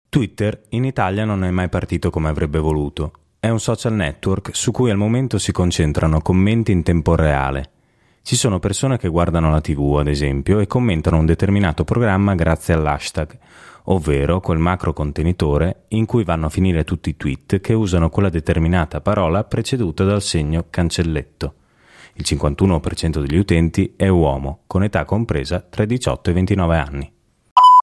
Twitter in Italia non è mai partito come avrebbe voluto. È un social network su cui al momento si concentrano commenti in tempo reale. Ci sono persone che guardano la TV, ad esempio, e commentano un determinato programma grazie all'hashtag, ovvero quel macro contenitore in cui vanno a finire tutti i tweet che usano quella determinata parola preceduta dal segno cancelletto. Il 51% degli utenti è uomo, con età compresa tra i 18 e i 29 anni.